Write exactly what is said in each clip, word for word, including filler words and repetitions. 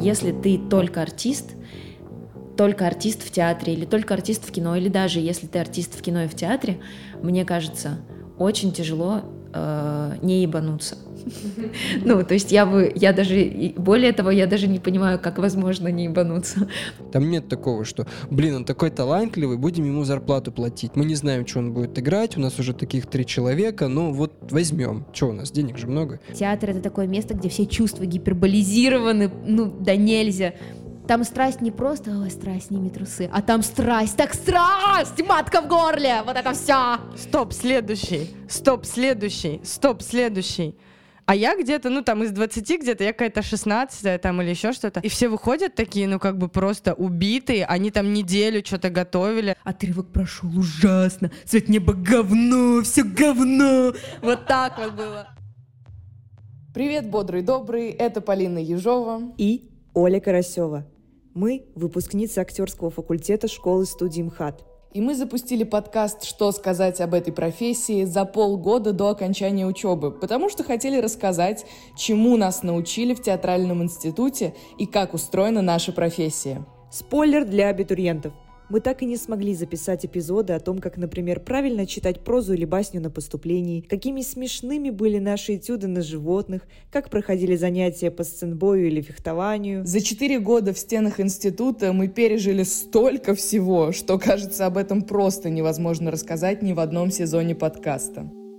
Если ты только артист, только артист в театре или только артист в кино, или даже если ты артист в кино и в театре, мне кажется, очень тяжело э, не ебануться. Ну, то есть я бы, я даже, более того, я даже не понимаю, как возможно не ебануться. Там нет такого, что, блин, он такой талантливый, будем ему зарплату платить. Мы не знаем, что он будет играть, у нас уже таких три человека, ну вот возьмем. Что у нас, денег же много. Театр — это такое место, где все чувства гиперболизированы, ну, да нельзя. Там страсть не просто, ой, страсть, сними трусы, а там страсть, так страсть, матка в горле, вот это все. Стоп, следующий, стоп, следующий, стоп, следующий. А я где-то, ну там из двадцати где-то, я какая-то шестнадцатая там или еще что-то. И все выходят такие, ну как бы просто убитые. Они там неделю что-то готовили. Отрывок прошел ужасно. Цвет неба говно, все говно. Вот так вот было. Привет, бодрый добрый. Это Полина Ежова и Оля Карасева. Мы выпускницы актерского факультета школы-студии МХАТ. И мы запустили подкаст «Что сказать об этой профессии» за полгода до окончания учебы, потому что хотели рассказать, чему нас научили в театральном институте и как устроена наша профессия. Спойлер для абитуриентов. Мы так и не смогли записать эпизоды о том, как, например, правильно читать прозу или басню на поступлении, какими смешными были наши этюды на животных, как проходили занятия по сценбою или фехтованию. За четыре года в стенах института мы пережили столько всего, что, кажется, об этом просто невозможно рассказать ни в одном сезоне подкаста.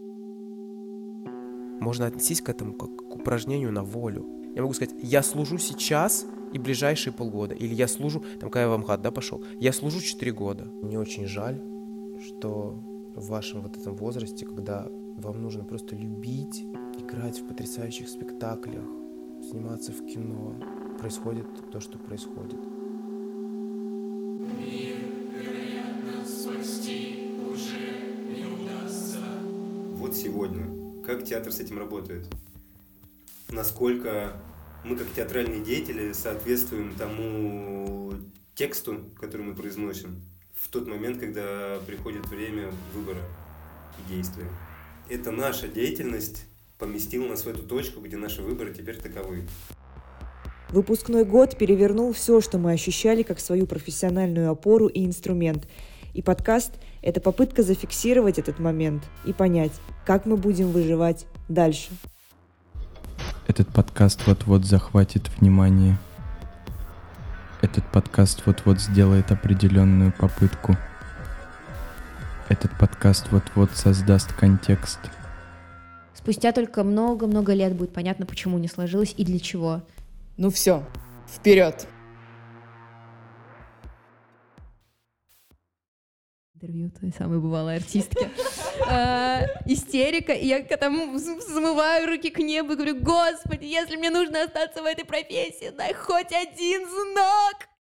Можно отнестись к этому как к упражнению на волю. Я могу сказать, я служу сейчас и ближайшие полгода. Или я служу, там, когда я в МХАТ, да, пошел, я служу четыре года. Мне очень жаль, что в вашем вот этом возрасте, когда вам нужно просто любить, играть в потрясающих спектаклях, сниматься в кино, происходит то, что происходит. Мир, вероятно, спасти уже не удастся. Вот сегодня. Как театр с этим работает? Насколько мы, как театральные деятели, соответствуем тому тексту, который мы произносим в тот момент, когда приходит время выбора и действия. Это наша деятельность поместила нас в эту точку, где наши выборы теперь таковы. Выпускной год перевернул все, что мы ощущали как свою профессиональную опору и инструмент. И подкаст – это попытка зафиксировать этот момент и понять, как мы будем выживать дальше. Этот подкаст вот-вот захватит внимание. Этот подкаст вот-вот сделает определенную попытку. Этот подкаст вот-вот создаст контекст. Спустя только много-много лет будет понятно, почему не сложилось и для чего. Ну все, вперед! Интервью той самой бывалой артистки. Истерика, и я там замываю руки к небу и говорю: Господи, если мне нужно остаться в этой профессии, дай хоть один знак.